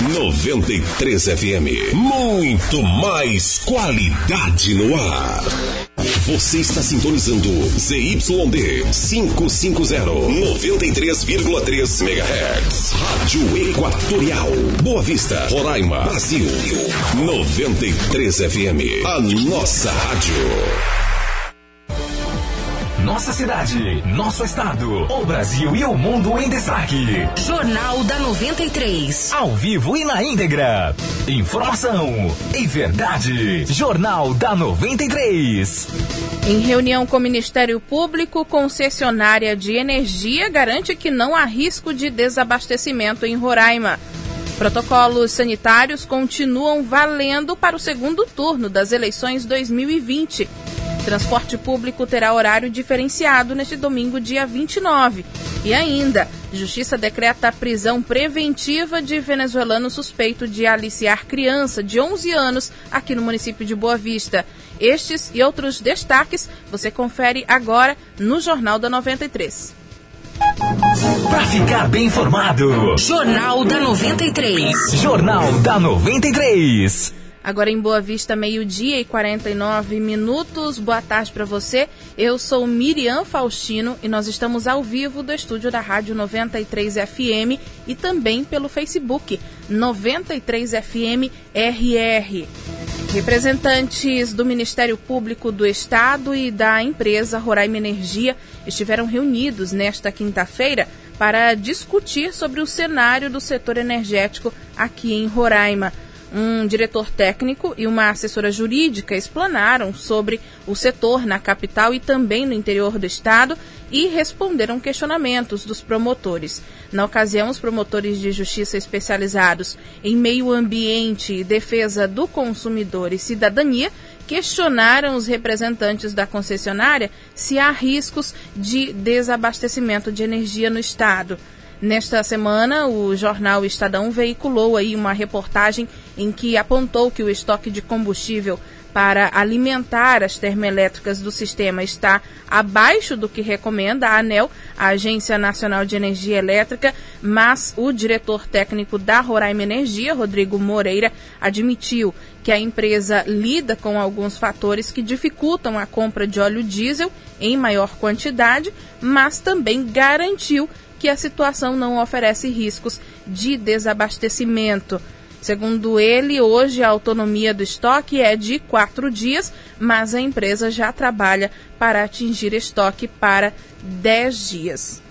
93 FM. Muito mais qualidade no ar. Você está sintonizando ZYD 550, 93,3 MHz. Rádio Equatorial. Boa Vista, Roraima, Brasil. 93 FM. A nossa rádio. Nossa cidade, nosso estado, o Brasil e o mundo em destaque. Jornal da 93. Ao vivo e na íntegra. Informação e verdade. Jornal da 93. Em reunião com o Ministério Público, concessionária de energia garante que não há risco de desabastecimento em Roraima. Protocolos sanitários continuam valendo para o segundo turno das eleições 2020. Transporte público terá horário diferenciado neste domingo, dia 29. E ainda, Justiça decreta a prisão preventiva de venezuelano suspeito de aliciar criança de 11 anos aqui no município de Boa Vista. Estes e outros destaques você confere agora no Jornal da 93. Para ficar bem informado, Jornal da 93. Jornal da 93. Agora em Boa Vista, 12:49. Boa tarde para você. Eu sou Miriam Faustino e nós estamos ao vivo do estúdio da Rádio 93 FM e também pelo Facebook 93 FM RR. Representantes do Ministério Público do Estado e da empresa Roraima Energia estiveram reunidos nesta quinta-feira para discutir sobre o cenário do setor energético aqui em Roraima. Um diretor técnico e uma assessora jurídica explanaram sobre o setor na capital e também no interior do estado e responderam questionamentos dos promotores. Na ocasião, os promotores de justiça especializados em meio ambiente, defesa do consumidor e cidadania questionaram os representantes da concessionária se há riscos de desabastecimento de energia no estado. Nesta semana, o jornal Estadão veiculou aí uma reportagem em que apontou que o estoque de combustível para alimentar as termoelétricas do sistema está abaixo do que recomenda a ANEEL, a Agência Nacional de Energia Elétrica, mas o diretor técnico da Roraima Energia, Rodrigo Moreira, admitiu que a empresa lida com alguns fatores que dificultam a compra de óleo diesel em maior quantidade, mas também garantiu que a situação não oferece riscos de desabastecimento. Segundo ele, hoje a autonomia do estoque é de 4 dias, mas a empresa já trabalha para atingir estoque para 10 dias.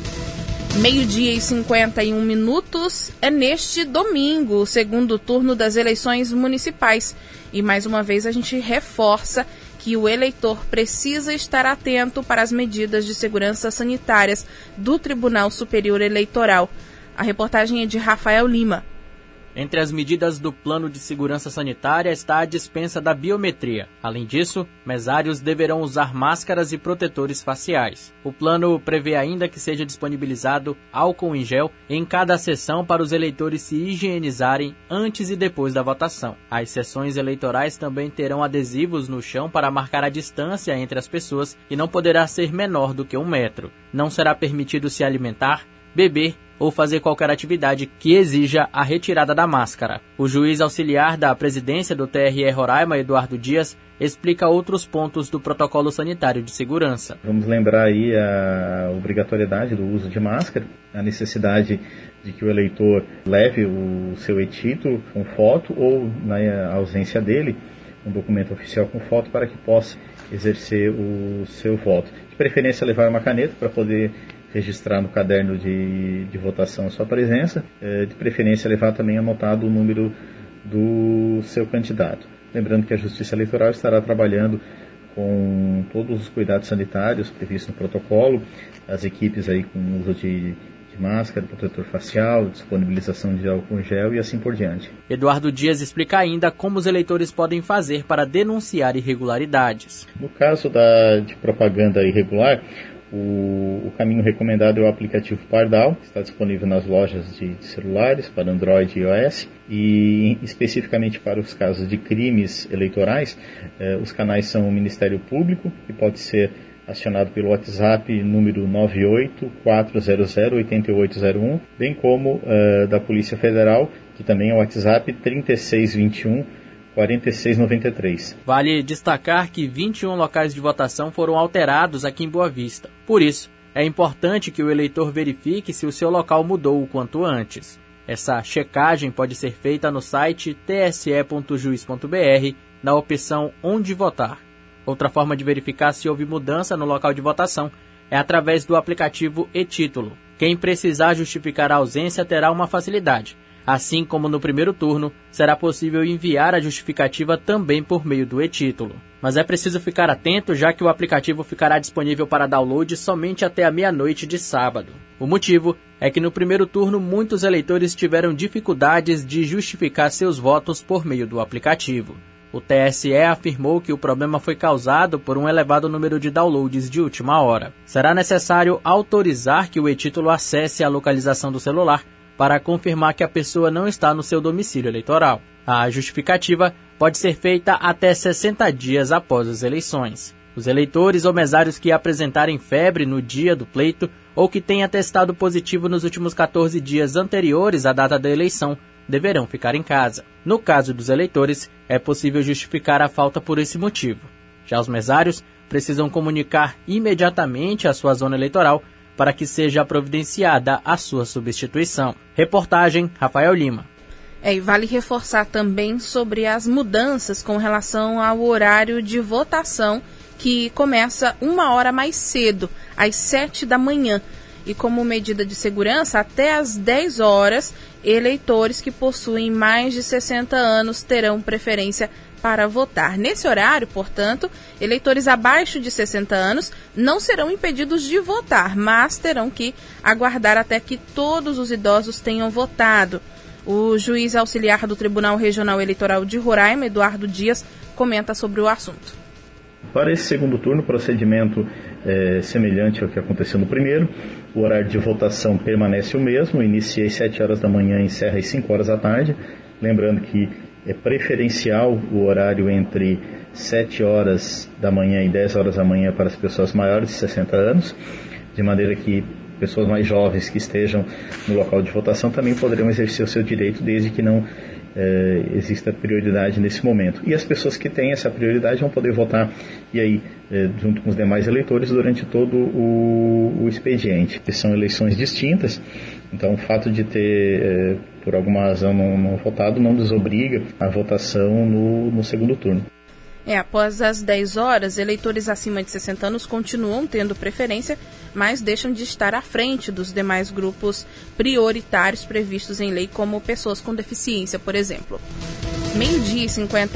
12:51 é neste domingo, o segundo turno das eleições municipais. E mais uma vez a gente reforça que o eleitor precisa estar atento para as medidas de segurança sanitárias do Tribunal Superior Eleitoral. A reportagem é de Rafael Lima. Entre as medidas do Plano de Segurança Sanitária está a dispensa da biometria. Além disso, mesários deverão usar máscaras e protetores faciais. O plano prevê ainda que seja disponibilizado álcool em gel em cada sessão para os eleitores se higienizarem antes e depois da votação. As sessões eleitorais também terão adesivos no chão para marcar a distância entre as pessoas e não poderá ser menor do que 1 metro. Não será permitido se alimentar, beber ou fazer qualquer atividade que exija a retirada da máscara. O juiz auxiliar da presidência do TRE Roraima, Eduardo Dias, explica outros pontos do protocolo sanitário de segurança. Vamos lembrar aí a obrigatoriedade do uso de máscara, a necessidade de que o eleitor leve o seu e-título com foto ou, na ausência dele, um documento oficial com foto para que possa exercer o seu voto. De preferência, levar uma caneta para poder registrar no caderno de votação a sua presença, de preferência levar também anotado o número do seu candidato. Lembrando que a Justiça Eleitoral estará trabalhando com todos os cuidados sanitários previstos no protocolo, as equipes aí com uso de máscara, protetor facial, disponibilização de álcool em gel e assim por diante. Eduardo Dias explica ainda como os eleitores podem fazer para denunciar irregularidades. No caso de propaganda irregular, o caminho recomendado é o aplicativo Pardal, que está disponível nas lojas de celulares para Android e iOS, e especificamente para os casos de crimes eleitorais, os canais são o Ministério Público, que pode ser acionado pelo WhatsApp número 984008801, bem como da Polícia Federal que também é o WhatsApp 3621 4693. Vale destacar que 21 locais de votação foram alterados aqui em Boa Vista. Por isso, é importante que o eleitor verifique se o seu local mudou o quanto antes. Essa checagem pode ser feita no site tse.juiz.br, na opção Onde Votar. Outra forma de verificar se houve mudança no local de votação é através do aplicativo e-Título. Quem precisar justificar a ausência terá uma facilidade. Assim como no primeiro turno, será possível enviar a justificativa também por meio do e-Título. Mas é preciso ficar atento, já que o aplicativo ficará disponível para download somente até a meia-noite de sábado. O motivo é que no primeiro turno muitos eleitores tiveram dificuldades de justificar seus votos por meio do aplicativo. O TSE afirmou que o problema foi causado por um elevado número de downloads de última hora. Será necessário autorizar que o e-Título acesse a localização do celular para confirmar que a pessoa não está no seu domicílio eleitoral. A justificativa pode ser feita até 60 dias após as eleições. Os eleitores ou mesários que apresentarem febre no dia do pleito ou que tenham testado positivo nos últimos 14 dias anteriores à data da eleição deverão ficar em casa. No caso dos eleitores, é possível justificar a falta por esse motivo. Já os mesários precisam comunicar imediatamente à sua zona eleitoral para que seja providenciada a sua substituição. Reportagem Rafael Lima. E vale reforçar também sobre as mudanças com relação ao horário de votação, que começa 1 hora mais cedo, às 7 da manhã. E como medida de segurança, até às 10 horas, eleitores que possuem mais de 60 anos terão preferência para votar. Nesse horário, portanto, eleitores abaixo de 60 anos não serão impedidos de votar, mas terão que aguardar até que todos os idosos tenham votado. O juiz auxiliar do Tribunal Regional Eleitoral de Roraima, Eduardo Dias, comenta sobre o assunto. Para esse segundo turno, o procedimento é semelhante ao que aconteceu no primeiro. O horário de votação permanece o mesmo, inicia às 7 horas da manhã e encerra às 5 horas da tarde. Lembrando que é preferencial o horário entre 7 horas da manhã e 10 horas da manhã para as pessoas maiores de 60 anos, de maneira que pessoas mais jovens que estejam no local de votação também poderão exercer o seu direito, desde que não exista prioridade nesse momento. E as pessoas que têm essa prioridade vão poder votar, e aí, junto com os demais eleitores, durante todo o expediente. São eleições distintas, então o fato de ter, por alguma razão, não votado, não desobriga a votação no segundo turno. Após as 10 horas, eleitores acima de 60 anos continuam tendo preferência, mas deixam de estar à frente dos demais grupos prioritários previstos em lei, como pessoas com deficiência, por exemplo. 12h e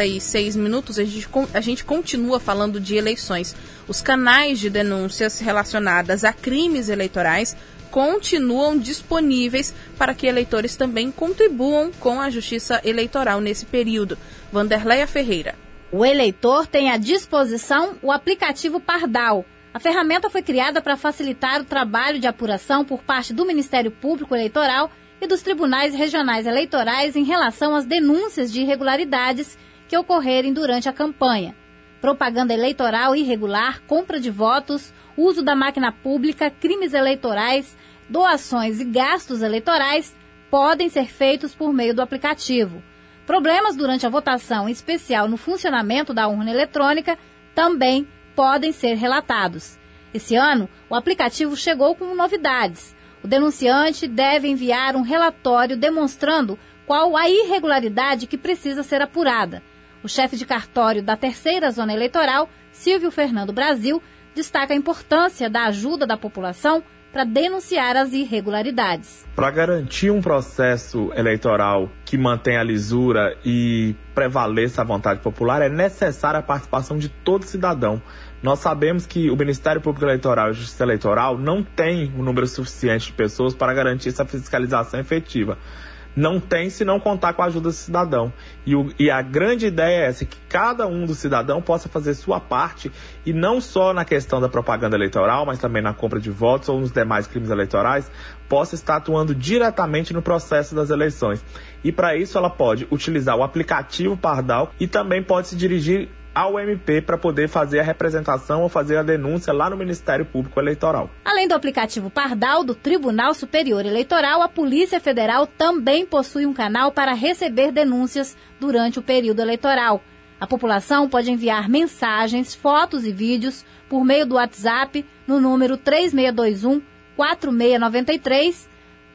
56 minutos, a gente continua falando de eleições. Os canais de denúncias relacionadas a crimes eleitorais continuam disponíveis para que eleitores também contribuam com a justiça eleitoral nesse período. Vanderleia Ferreira. O eleitor tem à disposição o aplicativo Pardal. A ferramenta foi criada para facilitar o trabalho de apuração por parte do Ministério Público Eleitoral e dos tribunais regionais eleitorais em relação às denúncias de irregularidades que ocorrerem durante a campanha. Propaganda eleitoral irregular, compra de votos, uso da máquina pública, crimes eleitorais, doações e gastos eleitorais podem ser feitos por meio do aplicativo. Problemas durante a votação, em especial no funcionamento da urna eletrônica, também podem ser relatados. Esse ano, o aplicativo chegou com novidades. O denunciante deve enviar um relatório demonstrando qual a irregularidade que precisa ser apurada. O chefe de cartório da terceira zona eleitoral, Silvio Fernando Brasil, destaca a importância da ajuda da população para denunciar as irregularidades. Para garantir um processo eleitoral que mantenha a lisura e prevaleça a vontade popular, é necessária a participação de todo cidadão. Nós sabemos que o Ministério Público Eleitoral e a Justiça Eleitoral não tem um número suficiente de pessoas para garantir essa fiscalização efetiva. Não tem se não contar com a ajuda do cidadão. E a grande ideia é essa, que cada um do cidadão possa fazer sua parte, e não só na questão da propaganda eleitoral, mas também na compra de votos ou nos demais crimes eleitorais, possa estar atuando diretamente no processo das eleições. E para isso ela pode utilizar o aplicativo Pardal e também pode se dirigir ao MP para poder fazer a representação ou fazer a denúncia lá no Ministério Público Eleitoral. Além do aplicativo Pardal do Tribunal Superior Eleitoral, a Polícia Federal também possui um canal para receber denúncias durante o período eleitoral. A população pode enviar mensagens, fotos e vídeos por meio do WhatsApp no número 3621-4693,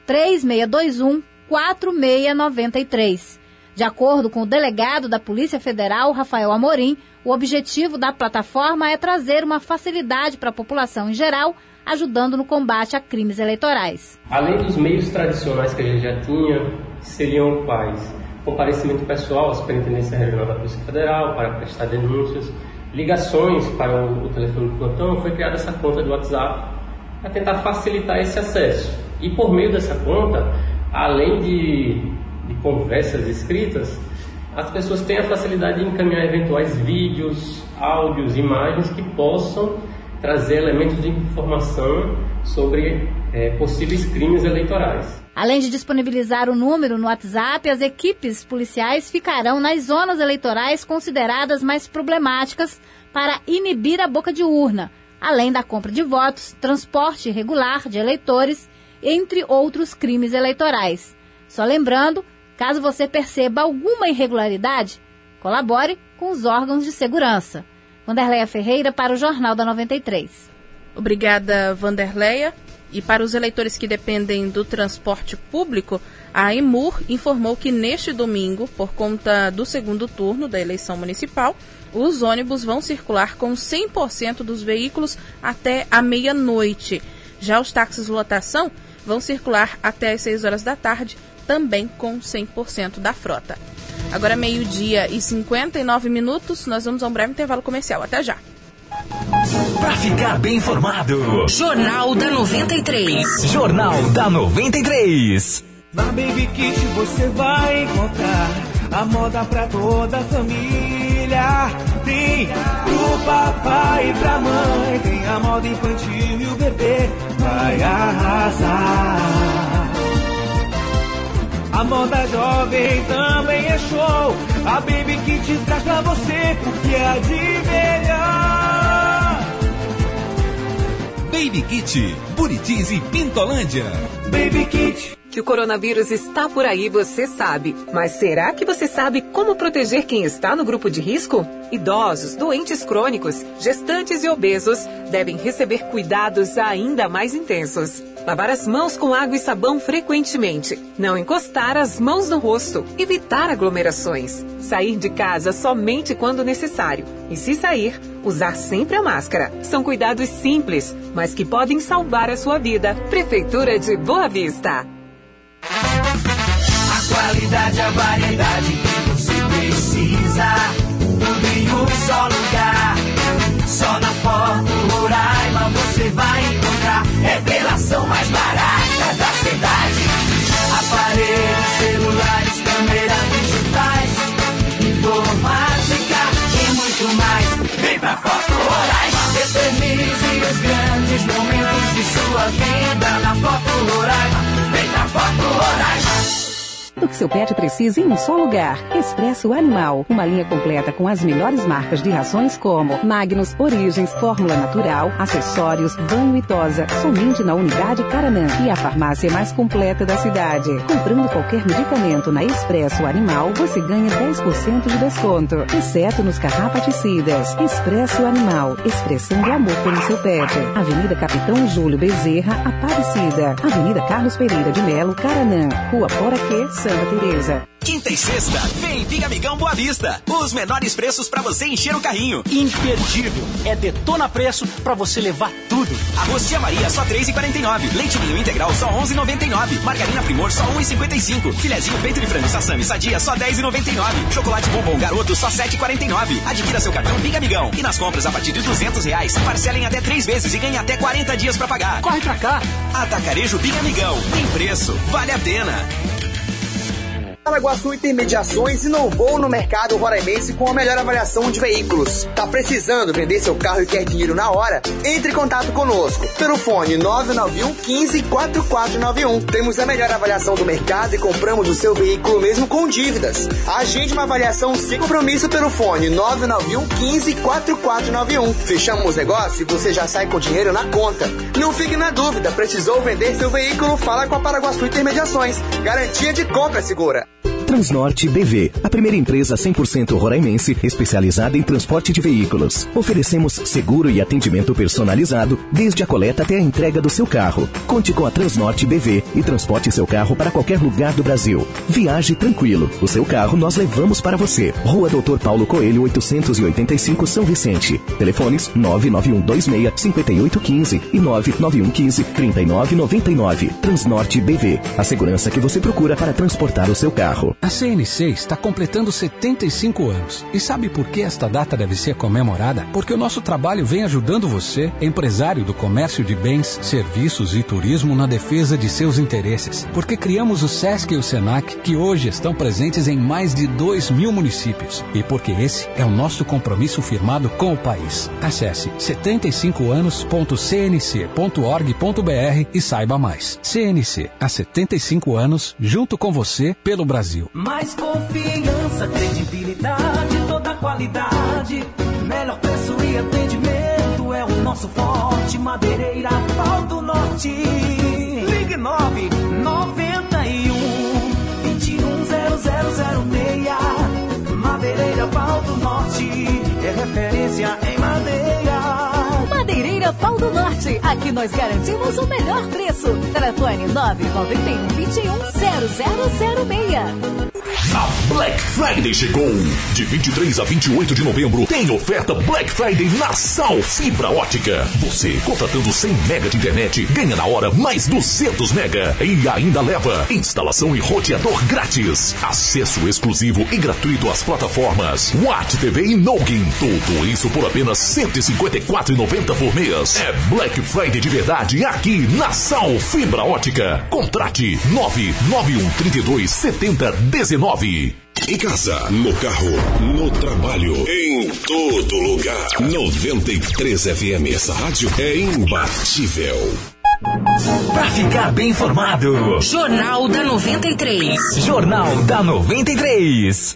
3621-4693. De acordo com o delegado da Polícia Federal, Rafael Amorim, o objetivo da plataforma é trazer uma facilidade para a população em geral, ajudando no combate a crimes eleitorais. Além dos meios tradicionais que a gente já tinha, que seriam quais? Comparecimento pessoal à Superintendência Regional da Polícia Federal para prestar denúncias, ligações para o telefone do plantão, foi criada essa conta do WhatsApp para tentar facilitar esse acesso. E por meio dessa conta, além de conversas escritas, as pessoas têm a facilidade de encaminhar eventuais vídeos, áudios, imagens que possam trazer elementos de informação sobre possíveis crimes eleitorais. Além de disponibilizar o número no WhatsApp, as equipes policiais ficarão nas zonas eleitorais consideradas mais problemáticas para inibir a boca de urna, além da compra de votos, transporte irregular de eleitores, entre outros crimes eleitorais. Só lembrando, caso você perceba alguma irregularidade, colabore com os órgãos de segurança. Vanderleia Ferreira para o Jornal da 93. Obrigada, Vanderleia. E para os eleitores que dependem do transporte público, a EMUR informou que neste domingo, por conta do segundo turno da eleição municipal, os ônibus vão circular com 100% dos veículos até a meia-noite. Já os táxis lotação vão circular até às 6 horas da tarde, também com 100% da frota. Agora 12h59, nós vamos a um breve intervalo comercial. Até já! Para ficar bem informado, Jornal da 93. Jornal da 93. Na Baby Kit você vai encontrar a moda pra toda a família. Tem pro papai e pra mãe, tem a moda infantil e o bebê vai arrasar. A moda jovem também é show. A Baby Kit traz pra você o que é de melhor. Baby Kit, Buritis e Pintolândia. Baby Kit. Que o coronavírus está por aí, você sabe. Mas será que você sabe como proteger quem está no grupo de risco? Idosos, doentes crônicos, gestantes e obesos devem receber cuidados ainda mais intensos. Lavar as mãos com água e sabão frequentemente. Não encostar as mãos no rosto. Evitar aglomerações. Sair de casa somente quando necessário. E se sair, usar sempre a máscara. São cuidados simples, mas que podem salvar a sua vida. Prefeitura de Boa Vista. A qualidade, a variedade que você precisa. Tudo em um só lugar. Só na Foto Roraima você vai encontrar. Revelação mais barata da cidade. Aparelhos, celulares, câmeras digitais, informática e muito mais. Vem pra Foto Roraima. Eternize os grandes momentos de sua vida na Foto Roraima. Vem pra Foto Roraima. O que seu pet precisa em um só lugar. Expresso Animal. Uma linha completa com as melhores marcas de rações como Magnus, Origens, Fórmula Natural, acessórios, banho e tosa. Somente na Unidade Caranã. E a farmácia mais completa da cidade. Comprando qualquer medicamento na Expresso Animal, você ganha 10% de desconto. Exceto nos carrapaticidas. Expresso Animal. Expressão de amor pelo seu pet. Avenida Capitão Júlio Bezerra, Aparecida. Avenida Carlos Pereira de Melo, Caranã. Rua Poraquê, Santa Teresa. Quinta e sexta, vem Big Amigão Boa Vista. Os menores preços pra você encher o carrinho. Imperdível. É detona preço pra você levar tudo. Arroz Tia Maria só R$3,49. Leite Ninho integral só R$11,99. Margarina Primor só R$1,55. Filezinho peito de frango Sassami Sadia só R$10,99. Chocolate Bombom Garoto só R$7,49. Adquira seu cartão Big Amigão. E nas compras a partir de R$200, parcelem até 3 vezes e ganhe até 40 dias pra pagar. Corre pra cá. Atacarejo Big Amigão. Tem preço. Vale a pena. Paraguaçu Intermediações inovou no mercado roraimense com a melhor avaliação de veículos. Tá precisando vender seu carro e quer dinheiro na hora? Entre em contato conosco pelo fone 991 15 4491. Temos a melhor avaliação do mercado e compramos o seu veículo mesmo com dívidas. Agende uma avaliação sem compromisso pelo fone 991 15 4491. Fechamos os negócios e você já sai com dinheiro na conta. Não fique na dúvida, precisou vender seu veículo? Fala com a Paraguaçu Intermediações. Garantia de compra segura. Transnorte BV, a primeira empresa 100% roraimense especializada em transporte de veículos. Oferecemos seguro e atendimento personalizado desde a coleta até a entrega do seu carro. Conte com a Transnorte BV e transporte seu carro para qualquer lugar do Brasil. Viaje tranquilo. O seu carro nós levamos para você. Rua Doutor Paulo Coelho, 885, São Vicente. Telefones 99126-5815 e 99115-3999. Transnorte BV, a segurança que você procura para transportar o seu carro. A CNC está completando 75 anos. E sabe por que esta data deve ser comemorada? Porque o nosso trabalho vem ajudando você, empresário do comércio de bens, serviços e turismo, na defesa de seus interesses. Porque criamos o SESC e o SENAC, que hoje estão presentes em mais de 2.000 municípios. E porque esse é o nosso compromisso firmado com o país. Acesse 75anos.cnc.org.br e saiba mais. CNC, há 75 anos, junto com você, pelo Brasil. Mais confiança, credibilidade, toda qualidade. Melhor preço e atendimento é o nosso forte. Madeireira Pau do Norte. Ligue 991 210006. Madeireira Pau do Norte é referência em madeira. Madeireira Pau do Norte, aqui nós garantimos o melhor preço. Telefone 991 210006. A Black Friday chegou! De 23 a 28 de novembro tem oferta Black Friday na Sal Fibra Ótica. Você, contratando 100 mega de internet, ganha na hora mais 200 mega. E ainda leva instalação e roteador grátis. Acesso exclusivo e gratuito às plataformas Watt TV e Noggin. Tudo isso por apenas R$ 154,90 por mês. É Black Friday de verdade aqui na Sal Fibra Ótica. Contrate 991327019. Em casa, no carro, no trabalho, em todo lugar. 93 FM, essa rádio é imbatível. Pra ficar bem informado, Jornal da 93. Jornal da 93.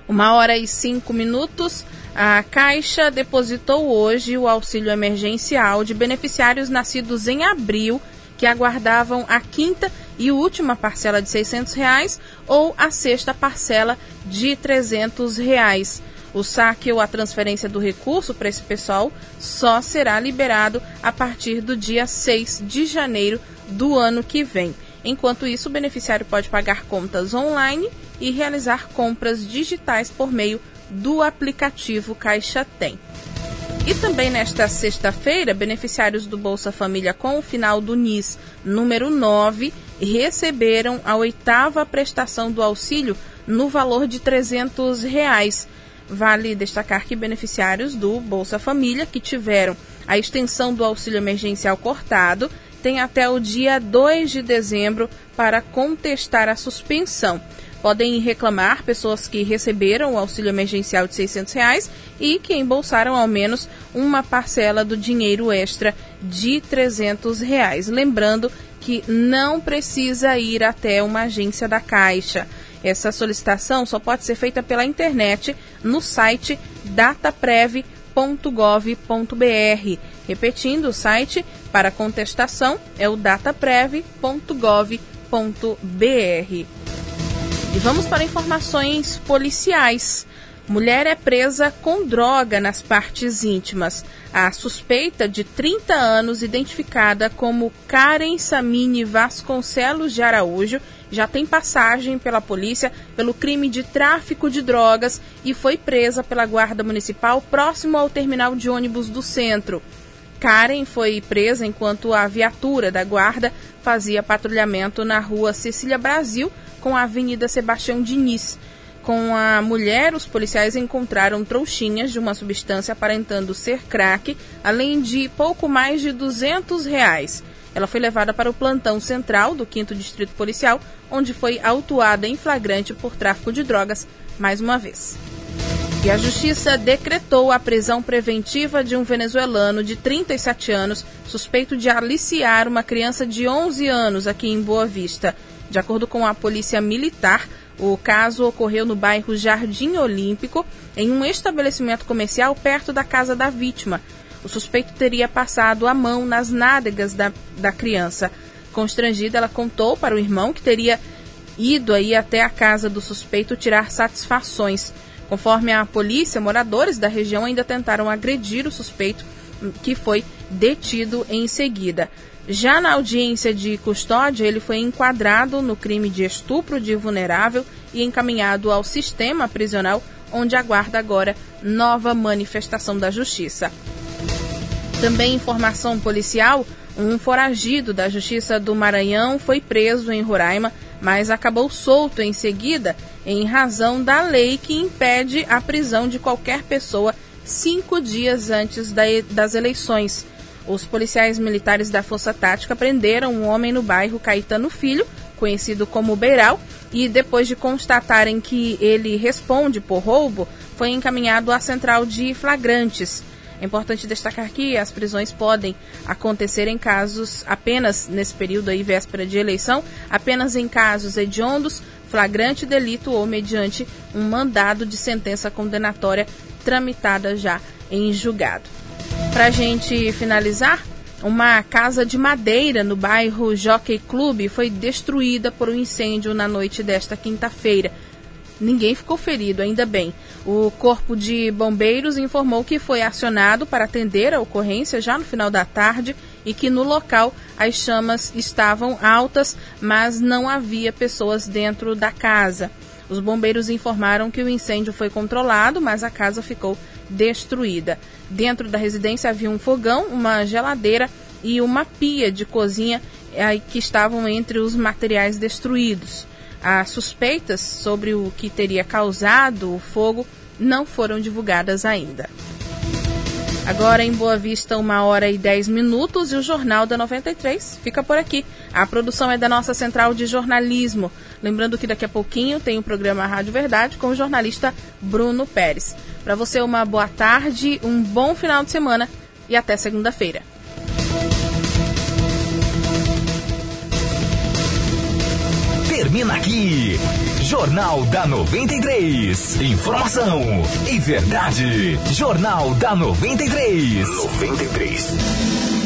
1h05. A Caixa depositou hoje o auxílio emergencial de beneficiários nascidos em abril que aguardavam a quinta e última parcela de R$ 600 ou a sexta parcela de R$ 300. O saque ou a transferência do recurso para esse pessoal só será liberado a partir do dia 6 de janeiro do ano que vem. Enquanto isso, o beneficiário pode pagar contas online e realizar compras digitais por meio do aplicativo Caixa Tem. E também nesta sexta-feira, beneficiários do Bolsa Família com o final do NIS número 9 receberam a 8ª prestação do auxílio no valor de R$ 300. Vale destacar que beneficiários do Bolsa Família que tiveram a extensão do auxílio emergencial cortado têm até o dia 2 de dezembro para contestar a suspensão. Podem reclamar pessoas que receberam o auxílio emergencial de R$ 600 e que embolsaram ao menos uma parcela do dinheiro extra de R$ 300. Lembrando que não precisa ir até uma agência da Caixa. Essa solicitação só pode ser feita pela internet no site dataprev.gov.br. Repetindo, o site para contestação é o dataprev.gov.br. E vamos para informações policiais. Mulher é presa com droga nas partes íntimas. A suspeita de 30 anos, identificada como Karen Samini Vasconcelos de Araújo, já tem passagem pela polícia pelo crime de tráfico de drogas e foi presa pela Guarda Municipal próximo ao terminal de ônibus do centro. Karen foi presa enquanto a viatura da guarda fazia patrulhamento na rua Cecília Brasil com a Avenida Sebastião Diniz. Com a mulher, os policiais encontraram trouxinhas de uma substância aparentando ser crack, além de pouco mais de R$ 200. Ela foi levada para o plantão central do 5º Distrito Policial, onde foi autuada em flagrante por tráfico de drogas mais uma vez. E a Justiça decretou a prisão preventiva de um venezuelano de 37 anos, suspeito de aliciar uma criança de 11 anos aqui em Boa Vista. De acordo com a Polícia Militar, o caso ocorreu no bairro Jardim Olímpico, em um estabelecimento comercial perto da casa da vítima. O suspeito teria passado a mão nas nádegas da criança. Constrangida, ela contou para o irmão que teria ido aí até a casa do suspeito tirar satisfações. Conforme a polícia, moradores da região ainda tentaram agredir o suspeito, que foi detido em seguida. Já na audiência de custódia, ele foi enquadrado no crime de estupro de vulnerável e encaminhado ao sistema prisional, onde aguarda agora nova manifestação da Justiça. Também informação policial, um foragido da Justiça do Maranhão foi preso em Roraima, mas acabou solto em seguida em razão da lei que impede a prisão de qualquer pessoa 5 dias antes das eleições. Os policiais militares da Força Tática prenderam um homem no bairro Caetano Filho, conhecido como Beiral, e depois de constatarem que ele responde por roubo, foi encaminhado à central de flagrantes. É importante destacar que as prisões podem acontecer em casos apenas nesse período aí, véspera de eleição, apenas em casos hediondos, flagrante delito ou mediante um mandado de sentença condenatória tramitada já em julgado. Para a gente finalizar, uma casa de madeira no bairro Jockey Club foi destruída por um incêndio na noite desta quinta-feira. Ninguém ficou ferido, ainda bem. O Corpo de Bombeiros informou que foi acionado para atender a ocorrência já no final da tarde e que no local as chamas estavam altas, mas não havia pessoas dentro da casa. Os bombeiros informaram que o incêndio foi controlado, mas a casa ficou destruída. Dentro da residência havia um fogão, uma geladeira e uma pia de cozinha que estavam entre os materiais destruídos. As suspeitas sobre o que teria causado o fogo não foram divulgadas ainda. Agora em Boa Vista, 1h10 e o Jornal da 93 fica por aqui. A produção é da nossa central de jornalismo. Lembrando que daqui a pouquinho tem o programa Rádio Verdade com o jornalista Bruno Pérez. Para você, uma boa tarde, um bom final de semana e até segunda-feira. Termina aqui, Jornal da 93. Informação e verdade. Jornal da 93. 93.